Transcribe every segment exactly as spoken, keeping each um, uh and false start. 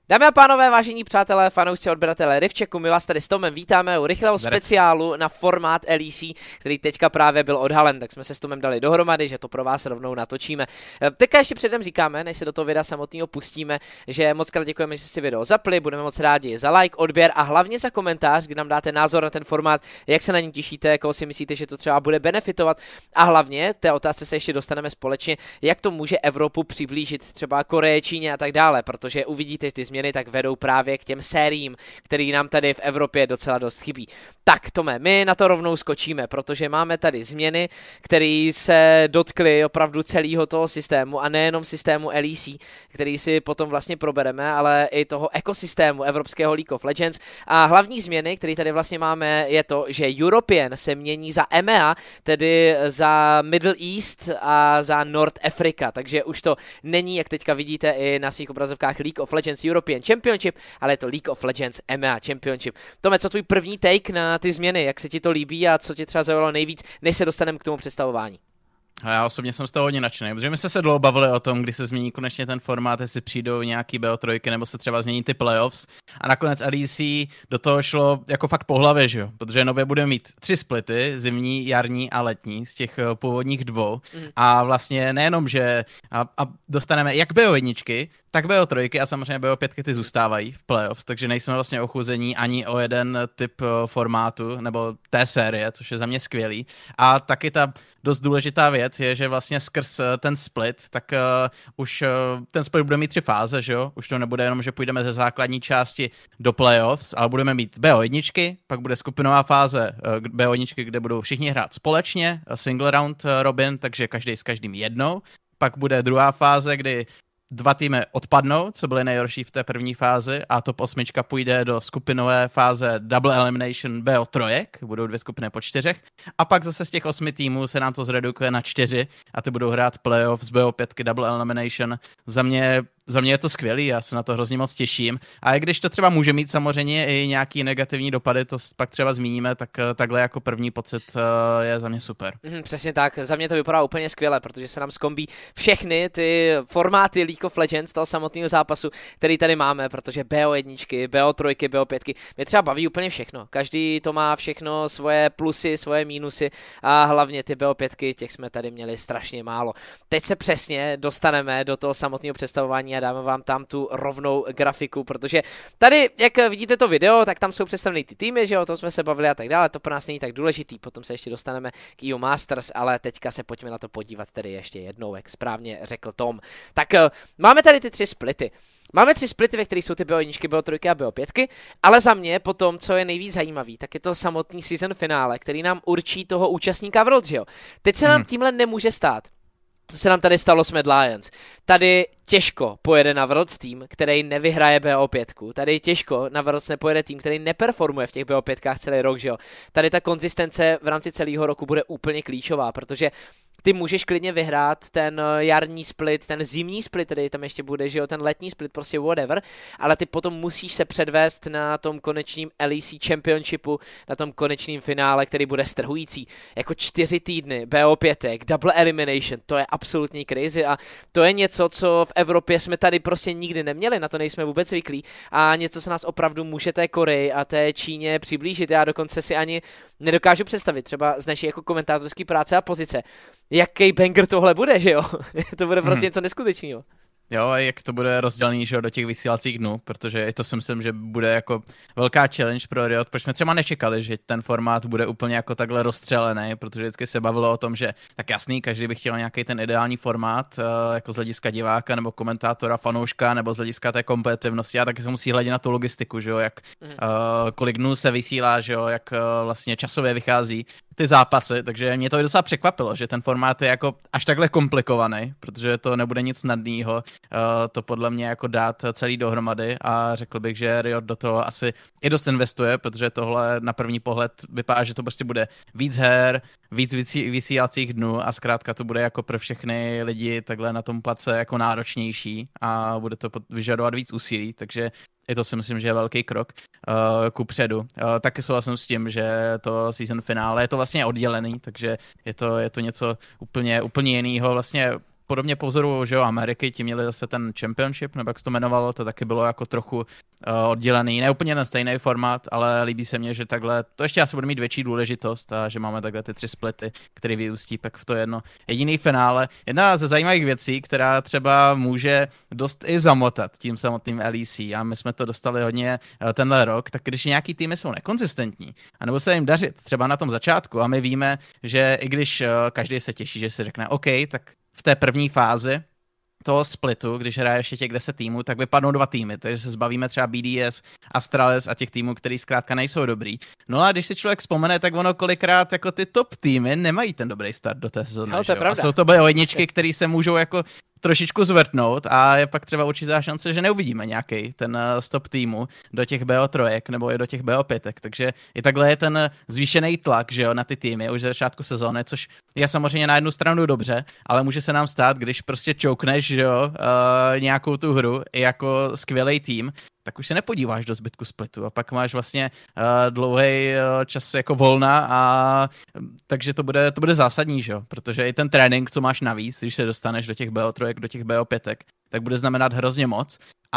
Dámy a pánové, vážení přátelé, fanoušci, odběratelé Rivčeku, my vás tady s Tomem vítáme u rychlého speciálu na formát L E C, který teďka právě byl odhalen, tak jsme se s Tomem dali dohromady, že to pro vás rovnou natočíme. Teďka ještě předem říkáme, než se do toho videa samotného pustíme, že moc krát děkujeme, že si video zapli, budeme moc rádi za like, odběr a hlavně za komentář, kdy nám dáte názor na ten formát, jak se na něm těšíte, koho si myslíte, že to třeba bude benefitovat a hlavně té otázce se ještě dostaneme společně, jak to může Evropu přiblížit třeba Koreji, Číně a tak dále, protože uvidíte, že ty změny tak vedou právě k těm sériím, který nám tady v Evropě docela dost chybí. Tak Tome, my na to rovnou skočíme, protože máme tady změny, které se dotkly opravdu celého toho systému a nejenom systému L E C, který si potom vlastně probereme, ale i toho ekosystému evropského League of Legends. A hlavní změny, které tady vlastně máme, je to, že European se mění za E M E A, tedy za Middle East a za North Africa, takže už to není, jak teďka vidíte i na svých obrazovkách, League of Legends European Championship, ale je to League of Legends E M E A Championship. Tome, co tvůj první take na ty změny, jak se ti to líbí a co tě třeba zaujalo nejvíc, než se dostaneme k tomu představování? A já osobně jsem z toho hodně nadšený, protože my jsme se dlouho bavili o tom, kdy se změní konečně ten formát, jestli přijdou nějaký B O tři nebo se třeba změní ty playoffs. A nakonec L E C do toho šlo jako fakt po hlavě, že jo? Protože nově budeme mít tři splity, zimní, jarní a letní, z těch původních dvou. Mm. A vlastně nejenom, že a, a dostaneme jak B O jedna, tak B O tři a samozřejmě B O pět ty zůstávají v playoffs, takže nejsme vlastně ochuzení ani o jeden typ formátu nebo té série, což je za mě skvělý. A taky ta dost důležitá věc je, že vlastně skrz ten split, tak uh, už uh, ten split bude mít tři fáze, že jo? Už to nebude jenom, že půjdeme ze základní části do playoffs, ale budeme mít B O jedna, pak bude skupinová fáze uh, B O jedna, kde budou všichni hrát společně, single round uh, robin, takže každý s každým jednou. Pak bude druhá fáze, kdy dva týmy odpadnou, co byly nejhorší v té první fázi a top osmička půjde do skupinové fáze Double Elimination B O tři, budou dvě skupiny po čtyřech a pak zase z těch osmi týmů se nám to zredukuje na čtyři a ty budou hrát playoff z B O pět Double Elimination. Za mě Za mě je to skvělý, já se na to hrozně moc těším. A i když to třeba může mít samozřejmě i nějaký negativní dopady, to pak třeba zmíníme, tak takhle jako první pocit je za mě super. Mm, přesně tak, za mě to vypadá úplně skvěle, protože se nám zkombí všechny ty formáty League of Legends toho samotného zápasu, který tady máme, protože B O jedna, B O tři, B O pět, mě třeba baví úplně všechno. Každý to má všechno svoje plusy, svoje mínusy a hlavně ty B O pět, těch jsme tady měli strašně málo. Teď se přesně dostaneme do toho samotného představování a dáme vám tam tu rovnou grafiku, protože tady, jak vidíte to video, tak tam jsou představeny ty týmy, že jo, o tom jsme se bavili a tak dále, to pro nás není tak důležitý, potom se ještě dostaneme k E U Masters, ale teďka se pojďme na to podívat tedy ještě jednou, jak správně řekl Tom. Tak máme tady ty tři splity. Máme tři splity, ve kterých jsou ty B O jedna, B O tři a B O pět, ale za mě potom, co je nejvíc zajímavý, tak je to samotný season finále, který nám určí toho účastníka World, že jo. Teď se nám hmm. tímhle nemůže stát. To se nám tady stalo s Mad Lions. Tady těžko pojede na Worlds tým, který nevyhraje B O pět. Tady těžko na Worlds nepojede tým, který neperformuje v těch B O pět celý rok, že jo. Tady ta konzistence v rámci celého roku bude úplně klíčová, protože ty můžeš klidně vyhrát ten jarní split, ten zimní split, který tam ještě bude, že jo, ten letní split, prostě whatever, ale ty potom musíš se předvést na tom konečným L E C Championshipu, na tom konečným finále, který bude strhující. Jako čtyři týdny, B O pět, double elimination, to je absolutní crazy a to je něco, co v Evropě jsme tady prostě nikdy neměli, na to nejsme vůbec zvyklí a něco se nás opravdu může té Koreji a té Číně přiblížit. Já dokonce si ani nedokážu představit, třeba z naší jako komentátorské práce a pozice, jaký banger tohle bude, že jo? To bude prostě hmm. něco neskutečného. Jo, a jak to bude rozdělený, že jo, do těch vysílacích dnů, protože i to si myslím, že bude jako velká challenge pro Riot, protože jsme třeba nečekali, že ten formát bude úplně jako takhle rozstřelený, protože vždycky se bavilo o tom, že tak jasný, každý by chtěl nějaký ten ideální formát, jako z hlediska diváka nebo komentátora, fanouška, nebo z hlediska té kompetitivnosti, a taky se musí hledět na tu logistiku, že jo, jak mm. uh, kolik dnů se vysílá, že jo, jak uh, vlastně časově vychází ty zápasy, takže mě to docela překvapilo, že ten formát je jako až takhle komplikovaný, protože to nebude nic snadného, uh, to podle mě jako dát celý dohromady a řekl bych, že Riot do toho asi i dost investuje, protože tohle na první pohled vypadá, že to prostě bude víc her, víc vysí, vysílacích dnů a zkrátka to bude jako pro všechny lidi takhle na tom place jako náročnější a bude to vyžadovat víc úsilí, takže i to si myslím, že je velký krok uh, ku předu. Uh, taky souhlasím s tím, že to season finále je to vlastně oddělený, takže je to, je to něco úplně, úplně jiného. Vlastně podobně po vzoru, že jo, Ameriky, ti měli zase ten championship, nebo jak se to jmenovalo, to taky bylo jako trochu uh, oddělený, ne úplně ten stejný formát, ale líbí se mně, že takhle, to ještě asi bude mít větší důležitost a že máme takhle ty tři splity, které vyústí pak v to jedno jediný finále. Jedna ze zajímavých věcí, která třeba může dost i zamotat tím samotným L E C a my jsme to dostali hodně uh, tenhle rok, tak když nějaký týmy jsou nekonzistentní, anebo se jim dařit třeba na tom začátku a my víme, že i když uh, každý se těší, že si řekne OK, tak v té první fázi toho splitu, když hraje ještě těch deset týmů, tak vypadnou dva týmy, takže se zbavíme třeba B D S, Astralis a těch týmů, který zkrátka nejsou dobrý. No a když si člověk vzpomene, tak ono kolikrát jako ty top týmy nemají ten dobrý start do té sezóny. No, to je pravda. A jsou to B O jedničky, které se můžou jako trošičku zvrtnout a je pak třeba určitá šance, že neuvidíme nějaký ten stop týmu do těch B O tři nebo i do těch B O pět, takže i takhle je ten zvýšený tlak, že jo, na ty týmy už ze začátku sezóny, což je samozřejmě na jednu stranu dobře, ale může se nám stát, když prostě čoukneš, že jo, uh, nějakou tu hru i jako skvělý tým, tak už se nepodíváš do zbytku splitu a pak máš vlastně uh, dlouhý uh, čas jako volna a takže to bude, to bude zásadní, že jo, protože i ten trénink, co máš navíc, když se dostaneš do těch B O tři, do těch B O pět, tak bude znamenat hrozně moc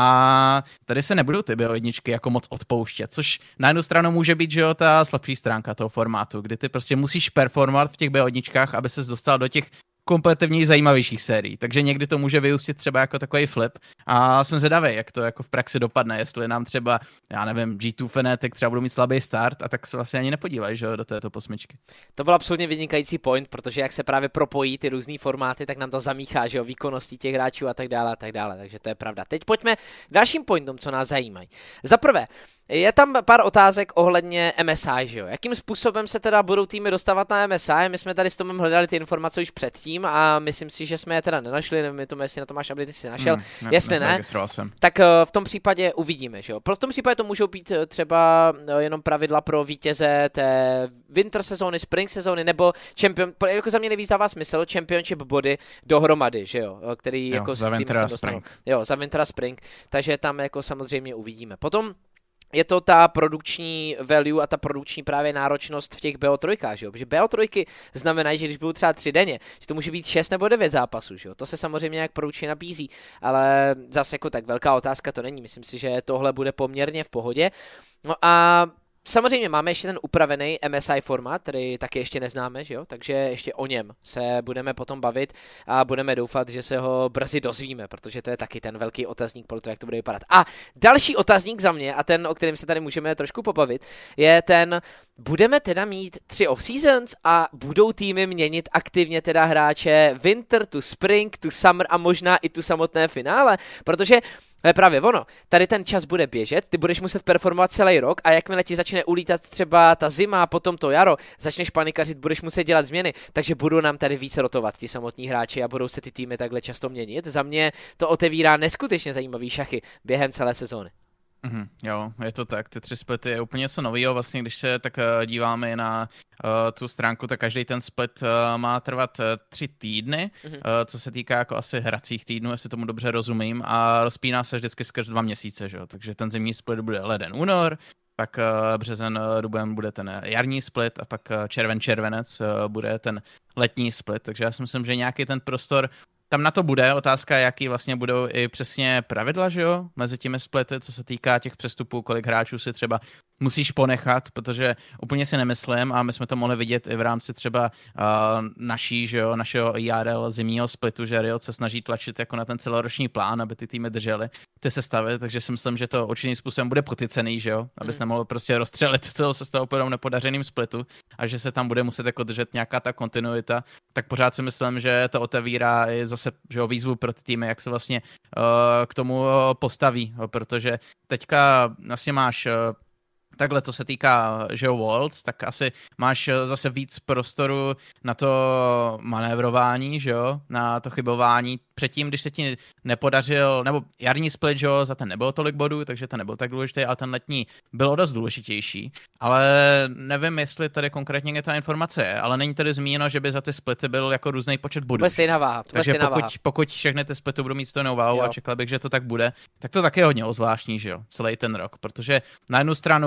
a tady se nebudou ty B O jedna jako moc odpouštět, což na jednu stranu může být, že jo, ta slabší stránka toho formátu, kdy ty prostě musíš performovat v těch B O jedna, aby ses dostal do těch kompetitivně zajímavějších sérií, takže někdy to může vyústit třeba jako takový flip a jsem zvědavý, jak to jako v praxi dopadne, jestli nám třeba, já nevím, G dva Fnatic třeba budou mít slabý start a tak se vlastně ani nepodívají, že jo, do této posmičky. To byl absolutně vynikající point, protože jak se právě propojí ty různý formáty, tak nám to zamíchá, že jo, výkonnosti těch hráčů a tak dále a tak dále, takže to je pravda. Teď pojďme k dalším pointům, co nás zajímají. Za prvé, je tam pár otázek ohledně M S I, že jo? Jakým způsobem se teda budou týmy dostávat na M S I? My jsme tady s Tomem hledali ty informace už předtím a myslím si, že jsme je teda nenašli, nevím tomu, jestli na to máš update, si našel. Hmm, ne, jestli ne, tak v tom případě uvidíme, že jo? Pro v tom případě to můžou být třeba jenom pravidla pro vítěze té winter sezóny, spring sezóny, nebo champion, jako za mě nejvíc dává smysl, championship body dohromady, že jo? Který jo, jako za winter a spring. Jo, za winter a spring, takže tam jako samozřejmě uvidíme. Potom je to ta produkční value a ta produkční právě náročnost v těch B O tři, že jo? Protože B O tři znamenají, že když budou třeba tři denně, že to může být šest nebo devět zápasů, že jo? To se samozřejmě jak produkčně nabízí, ale zase jako tak velká otázka to není. Myslím si, že tohle bude poměrně v pohodě. No a samozřejmě máme ještě ten upravený M S I formát, který taky ještě neznáme, že jo? Takže ještě o něm se budeme potom bavit a budeme doufat, že se ho brzy dozvíme, protože to je taky ten velký otazník pro to, jak to bude vypadat. A další otazník za mě, a ten, o kterém se tady můžeme trošku pobavit, je ten, budeme teda mít tři off-seasons a budou týmy měnit aktivně teda hráče winter to spring to summer a možná i tu samotné finále, protože to je právě ono. Tady ten čas bude běžet, ty budeš muset performovat celý rok a jakmile ti začne ulítat třeba ta zima a potom to jaro, začneš panikařit, budeš muset dělat změny, takže budou nám tady víc rotovat ti samotní hráči a budou se ty týmy takhle často měnit. Za mě to otevírá neskutečně zajímavý šachy během celé sezóny. Mm, jo, je to tak, ty tři splity je úplně něco novýho, vlastně když se tak uh, díváme na uh, tu stránku, tak každý ten split uh, má trvat uh, tři týdny, mm-hmm. uh, co se týká jako asi hracích týdnů, jestli tomu dobře rozumím, a rozpíná se vždycky skrz dva měsíce, že jo, takže ten zimní split bude leden, únor, pak uh, březen, uh, duben bude ten jarní split a pak uh, červen, červenec uh, bude ten letní split, takže já si myslím, že nějaký ten prostor tam na to bude, otázka, jaký vlastně budou i přesně pravidla, že jo, mezi těmi splity, co se týká těch přestupů, kolik hráčů si třeba musíš ponechat, protože úplně si nemyslím a my jsme to mohli vidět i v rámci třeba uh, naší, že jo, našeho I R L zimního splitu, že Riot se snaží tlačit jako na ten celoroční plán, aby ty týmy držely ty sestavy, takže si myslím, že to určitým způsobem bude potycený, že jo, abys mm. nemohl prostě rozstřelit celou sestavu po nepodařeným splitu a že se tam bude muset jako držet nějaká ta kontinuita, tak pořád si myslím, že to otevírá i zase, že jo, výzvu pro ty týmy, jak se vlastně uh, k tomu postaví, protože teďka vlastně máš uh, takhle, co se týká, že jo, Worlds, tak asi máš zase víc prostoru na to manévrování, že jo, na to chybování. Předtím, když se ti nepodařil, nebo jarní split, že jo, za ten nebylo tolik bodů, takže to nebyl tak důležitý, ale ten letní bylo dost důležitější. Ale nevím, jestli tady konkrétně ta informace je, ale není tady zmíněno, že by za ty splity byl jako různý počet bodů. To je stejná váha. To takže stejná pokud, váha. pokud všechny ty splity budou mít stejnou váhu a čekal bych, že to tak bude, tak to taky je hodně ozvláštní, že jo, celý ten rok, protože na jednu stranu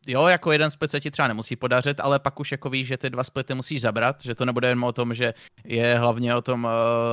jo, jako jeden split se ti třeba nemusí podařit, ale pak už jako víš, že ty dva splity musíš zabrat, že to nebude jen o tom, že je hlavně o tom,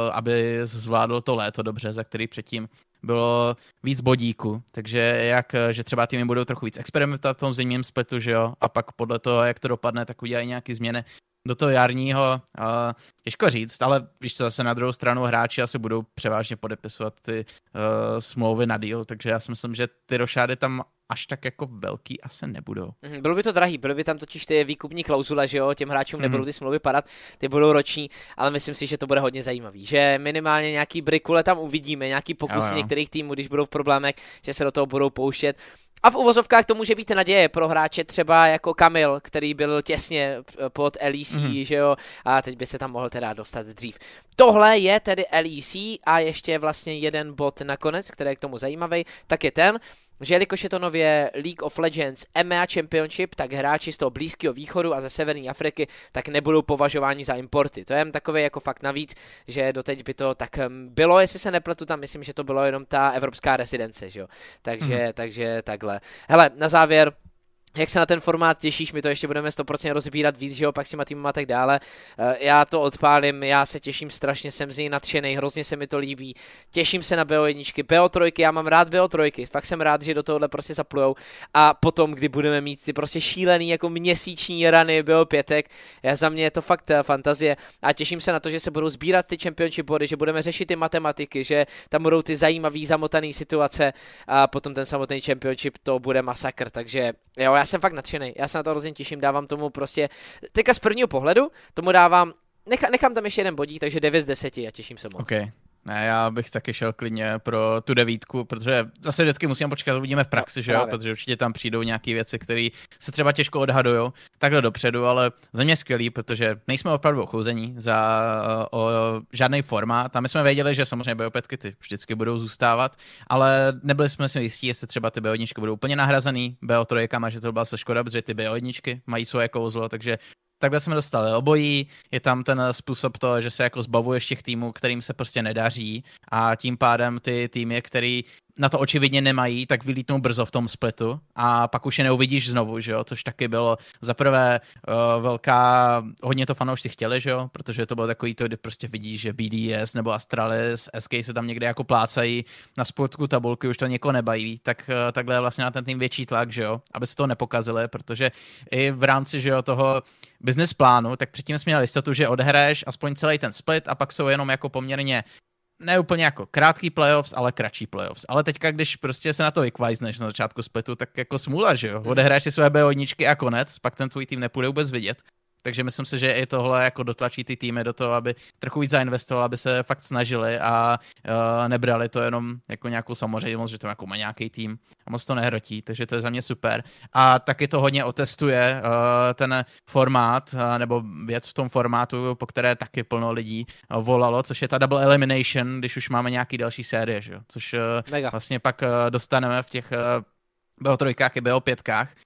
aby zvládl to léto dobře, za který předtím bylo víc bodíku, takže jak, že třeba týmy budou trochu víc experimentovat v tom zimním splitu, že jo, a pak podle toho, jak to dopadne, tak udělají nějaký změny do toho jarního, uh, těžko říct, ale víš co, zase na druhou stranu hráči asi budou převážně podepisovat ty uh, smlouvy na deal, takže já si myslím, že ty rošády tam až tak jako velký asi nebudou. Mm, bylo by to drahý, byly by tam totiž ty výkupní klauzule, že jo, těm hráčům nebudou ty smlouvy padat, ty budou roční, ale myslím si, že to bude hodně zajímavý, že minimálně nějaký brikule tam uvidíme, nějaký pokusy některých týmů, když budou v problémech, že se do toho budou pouštět. A v uvozovkách to může být naděje pro hráče třeba jako Kamil, který byl těsně pod L E C, mm-hmm. že jo, a teď by se tam mohl teda dostat dřív. Tohle je tedy L E C a ještě vlastně jeden bod nakonec, který je k tomu zajímavý, tak je ten, že jelikož je to nově League of Legends M M A Championship, tak hráči z toho Blízkého východu a ze Severní Afriky tak nebudou považováni za importy. To je jen takový jako fakt navíc, že doteď by to tak bylo, jestli se nepletu, tam myslím, že to bylo jenom ta evropská rezidence, že jo. Takže, mm. takže takhle. Hele, na závěr, jak se na ten formát těšíš, my to ještě budeme sto procent rozbírat víc, že jo, pak s těma týmama a tak dále. Já to odpálím, já se těším strašně, jsem z něj nadšenej, hrozně se mi to líbí. Těším se na B O jedna, B O tři, já mám rád B O tři, fakt jsem rád, že do tohohle prostě zaplujou. A potom, kdy budeme mít ty prostě šílený jako měsíční rany B O pět, já za mě je to fakt fantazie. A těším se na to, že se budou sbírat ty championship body, že budeme řešit ty matematiky, že tam budou ty zajímavý zamotaný situace a potom ten samotný championship to bude masakr, takže jo, já jsem fakt nadšený, já se na to hrozně těším, dávám tomu prostě, teďka z prvního pohledu, tomu dávám, necha, nechám tam ještě jeden bodík, takže devět z deseti a těším se moc. Okay. Ne, já bych taky šel klidně pro tu devítku, protože zase vždycky musíme počkat, uvidíme v praxi, no, že jo, protože určitě tam přijdou nějaké věci, které se třeba těžko odhadujou takhle dopředu, ale za mě skvělý, protože nejsme opravdu ochouzení za o, o žádný formát. A my jsme věděli, že samozřejmě B O pět ty vždycky budou zůstávat, ale nebyli jsme si jistí, jestli třeba ty B O jedna budou úplně nahrazený B O tři, a že to byla se škoda, protože ty B O jedna mají svoje kouzlo, takže takhle jsme dostali obojí, je tam ten způsob to, že se jako zbavuješ těch týmů, kterým se prostě nedaří a tím pádem ty týmy, který na to očividně nemají, tak vylítnou brzo v tom splitu a pak už je neuvidíš znovu, že jo, což taky bylo za prvé uh, velká, hodně to fanoušci chtěli, že jo, protože to bylo takový to, kdy prostě vidíš, že B D S nebo Astralis, S K se tam někde jako plácají na spodku tabulky, už to někoho nebaví, tak uh, takhle je vlastně na ten tým větší tlak, že jo, aby se to nepokazili, protože i v rámci, že jo, toho business plánu, tak předtím jsme měli jistotu, že odehraješ aspoň celý ten split a pak jsou jenom jako poměrně ne úplně jako krátký playoffs, ale kratší playoffs. Ale teďka, když prostě se na to vykvajzneš na začátku splitu, tak jako smůla, že jo? Odehraješ si své B O jedna a konec, pak ten tvůj tým nepůjde vůbec vidět. Takže myslím si, že i tohle jako dotlačí ty týmy do toho, aby trochu víc zainvestovali, aby se fakt snažili a uh, nebrali to jenom jako nějakou samozřejmost, že to jako má nějaký tým a moc to nehrotí, takže to je za mě super. A taky to hodně otestuje uh, ten formát, uh, nebo věc v tom formátu, po které taky plno lidí uh, volalo, což je ta double elimination, když už máme nějaký další série, že jo? Což uh, vlastně pak uh, dostaneme v těch uh, B O tři i B O pět.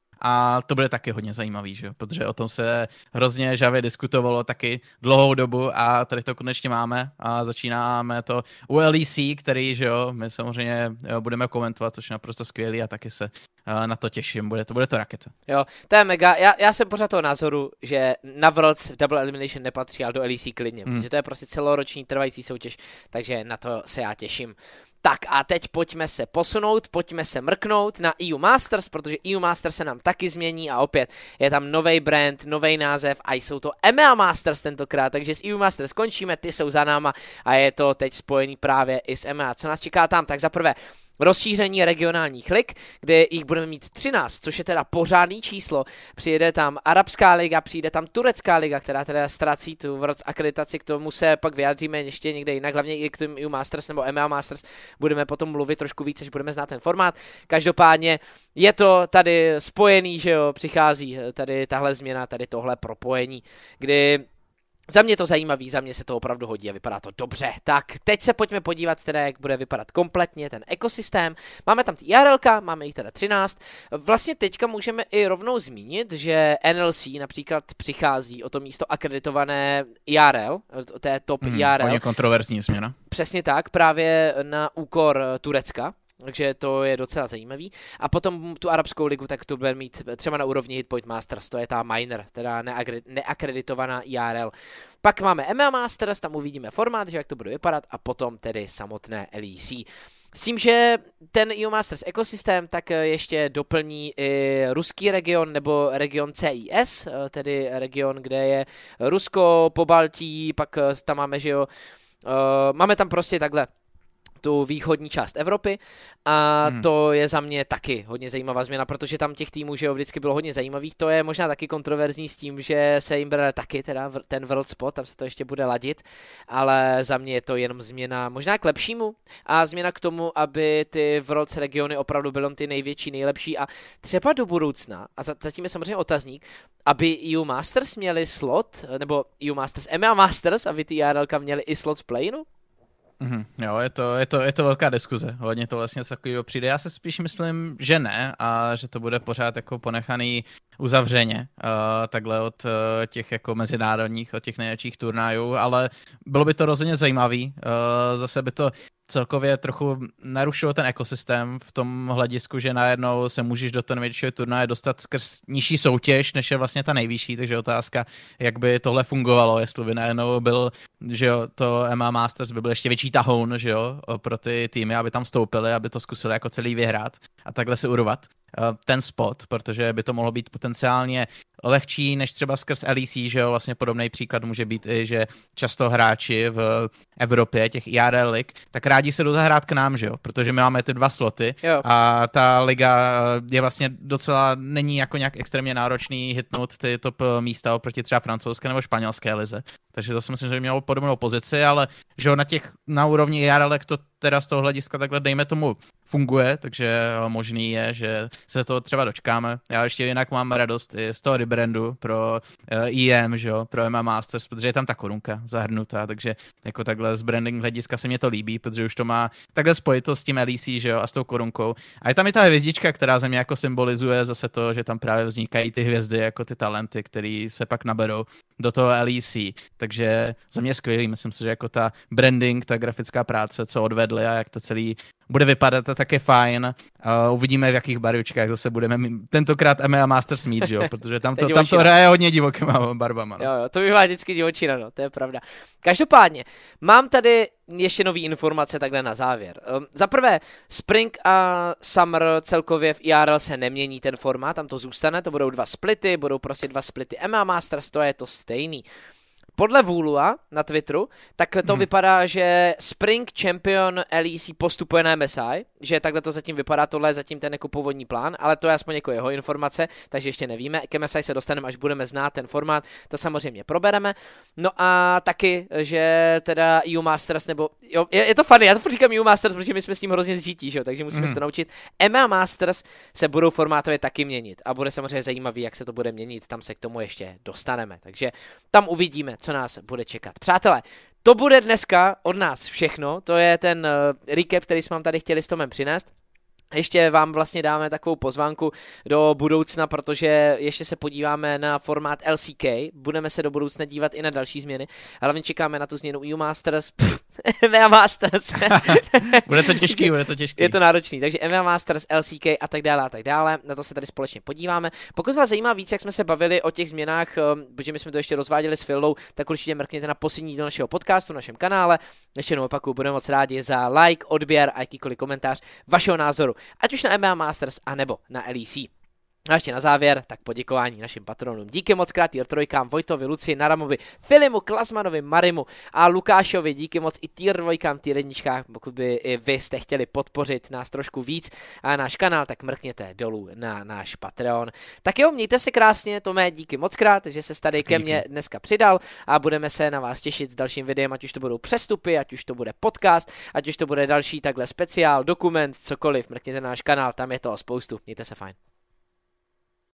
A to bude taky hodně zajímavý, že jo? Protože o tom se hrozně žavě diskutovalo taky dlouhou dobu a tady to konečně máme a začínáme to u L E C, který, že jo, my samozřejmě jo, budeme komentovat, což je naprosto skvělý a taky se uh, na to těším, bude to, bude to raketa. Jo, to je mega, já, já jsem pořád toho názoru, že na Worlds v Double Elimination nepatří, ale do L E C klidně, hmm. protože to je prostě celoroční trvající soutěž, takže na to se já těším. Tak a teď pojďme se posunout, pojďme se mrknout na E U Masters, protože E U Masters se nám taky změní a opět je tam nový brand, nový název a jsou to M M A Masters tentokrát, takže s E U Masters skončíme, ty jsou za náma a je to teď spojený právě i s M M A. Co nás čeká tam? Tak za prvé rozšíření regionálních lig, kde jich budeme mít třináct, což je teda pořádný číslo. Přijede tam Arabská liga, přijde tam Turecká liga, která teda ztrací tu Worlds akreditaci, k tomu se pak vyjádříme ještě někde jinak, hlavně i k tomu E U Masters nebo M M A Masters budeme potom mluvit trošku víc, až budeme znát ten formát. Každopádně je to tady spojený, že jo, přichází tady tahle změna, tady tohle propojení, kdy za mě to zajímavý, za mě se to opravdu hodí a vypadá to dobře. Tak, teď se pojďme podívat teda, jak bude vypadat kompletně ten ekosystém. Máme tam ty I R L ka, máme jich teda třináct. Vlastně teďka můžeme i rovnou zmínit, že N L C například přichází o to místo akreditované I R L, té top hmm, I R L. Hodně kontroverzní změna. Přesně tak, právě na úkor Turecka. takže to je docela zajímavý. A potom tu arabskou ligu, tak to bude mít třeba na úrovni Hitpoint Masters, to je ta minor, teda neakreditovaná I R L. Pak máme M M A Masters, tam uvidíme formát, že jak to bude vypadat, a potom tedy samotné L E C. S tím, že ten E U Masters ekosystém tak ještě doplní i ruský region nebo region C I S, tedy region, kde je Rusko, Pobaltí, pak tam máme, že jo, máme tam prostě takhle tu východní část Evropy a hmm. to je za mě taky hodně zajímavá změna, protože tam těch týmů, že jo, vždycky bylo hodně zajímavých, to je možná taky kontroverzní s tím, že se jim bere taky teda ten World Spot, tam se to ještě bude ladit, ale za mě je to jenom změna možná k lepšímu a změna k tomu, aby ty Worlds regiony opravdu byly ty největší, nejlepší a třeba do budoucna, a zatím je samozřejmě otazník, aby E U Masters měli slot, nebo E U Masters, M M A Masters, aby ty I R L ka měli i slot v play-inu. Mm-hmm. Jo, je to, je, to, je to velká diskuze, hodně to vlastně takového přijde. Já se spíš myslím, že ne a že to bude pořád jako ponechaný uzavřeně, uh, takhle od uh, těch jako mezinárodních, od těch největších turnajů, ale bylo by to rozhodně zajímavý, uh, zase by to celkově trochu narušilo ten ekosystém v tom hledisku, že najednou se můžeš do toho největšího turnaje dostat skrz nižší soutěž, než je vlastně ta nejvyšší, takže otázka, jak by tohle fungovalo, jestli by najednou byl, že jo, to M M A Masters by byl ještě větší tahoun, že jo, pro ty týmy, aby tam vstoupili, aby to zkusili jako celý vyhrát a takhle si urvat ten spot, protože by to mohlo být potenciálně lehčí než třeba skrz L E C, že jo, vlastně podobný příklad může být i, že často hráči v Evropě, těch I R L lig, tak rádi se jdou zahrát k nám, že jo, protože my máme ty dva sloty jo. A ta liga je vlastně docela, není jako nějak extrémně náročný hitnout ty top místa oproti třeba francouzské nebo španělské lize. Takže to si myslím, že by mělo podobnou pozici, ale že jo, na těch, na úrovni I R L to teda z toho hlediska takhle dejme tomu funguje, takže možný je, že se toho třeba dočkáme. Já ještě jinak mám radost i z toho rebrandu pro E M, že jo, pro M M A Masters, protože je tam ta korunka zahrnutá, takže jako takhle z branding hlediska se mě to líbí, protože už to má takhle spojitost s tím L E C, že jo, a s tou korunkou. A je tam i ta hvězdička, která za mě jako symbolizuje zase to, že tam právě vznikají ty hvězdy, jako ty talenty, který se pak naberou do toho L E C. Takže za mě skvělý, myslím si, že jako ta branding, ta grafická práce, co odvedli a jak to celý bude vypadat, to tak je fajn. Uh, uvidíme, v jakých barvičkách zase budeme mít, tentokrát M M A Masters mít, že jo, protože tam to, tam to hraje hodně divokýma barvama. No. Jo, jo, to bývá vždycky divočina, no, to je pravda. Každopádně, mám tady ještě nový informace takhle na závěr. Um, za prvé, Spring a Summer celkově v I R L se nemění ten formát, tam to zůstane, to budou dva splity, budou prostě dva splity M M A Masters, to je to stejný. Podle Vůlua na Twitteru, tak to hmm. vypadá, že Spring Champion L E C postupuje na M S I, že takhle to zatím vypadá, tohle je zatím ten jako původní plán, ale to je aspoň jako jeho informace, takže ještě nevíme, k M S I se dostaneme, až budeme znát ten formát, to samozřejmě probereme. No a taky, že teda E U Masters, nebo, jo, je, je to funny, já to říkám E U Masters, protože my jsme s tím hrozně zžití, že jo, takže musíme hmm. se to naučit. M M A Masters se budou formátově taky měnit a bude samozřejmě zajímavý, jak se to bude měnit, tam se k tomu ještě dostaneme, takže tam uvidíme, co nás bude čekat. Přátelé, to bude dneska od nás všechno, to je ten uh, recap, který jsme vám tady chtěli s Tomem přinést. Ještě vám vlastně dáme takovou pozvánku do budoucna, protože ještě se podíváme na formát L C K, budeme se do budoucna dívat i na další změny, hlavně čekáme na tu změnu E U Masters, M M A Masters. Bude to těžký, bude to těžký. Je to náročný, takže M M A Masters, L C K a tak dále a tak dále, na to se tady společně podíváme. Pokud vás zajímá víc, jak jsme se bavili o těch změnách, protože my jsme to ještě rozváděli s Filou, tak určitě mrkněte na poslední díl našeho podcastu, na našem kanále. Ještě jednou opakuju, budeme moc rádi za like, odběr a jakýkoliv komentář vašeho názoru, ať už na M M A Masters, anebo na L E C. A ještě na závěr, tak poděkování našim patronům. Díky moc krát tier trojkám, Vojtovi, Luci, Naramovi, Filimu, Klasmanovi, Marimu a Lukášovi. Díky moc i tier dvojkám, tier jedničkách, pokud by i vy jste chtěli podpořit nás trošku víc a náš kanál, tak mrkněte dolů na náš Patreon. Tak jo, mějte se krásně, Tome, díky moc krát, že se tady ke mně dneska přidal a budeme se na vás těšit s dalším videem, ať už to budou přestupy, ať už to bude podcast, ať už to bude další takhle speciál, dokument, cokoliv. Mrkněte na náš kanál, tam je toho spoustu. Mějte se fajn.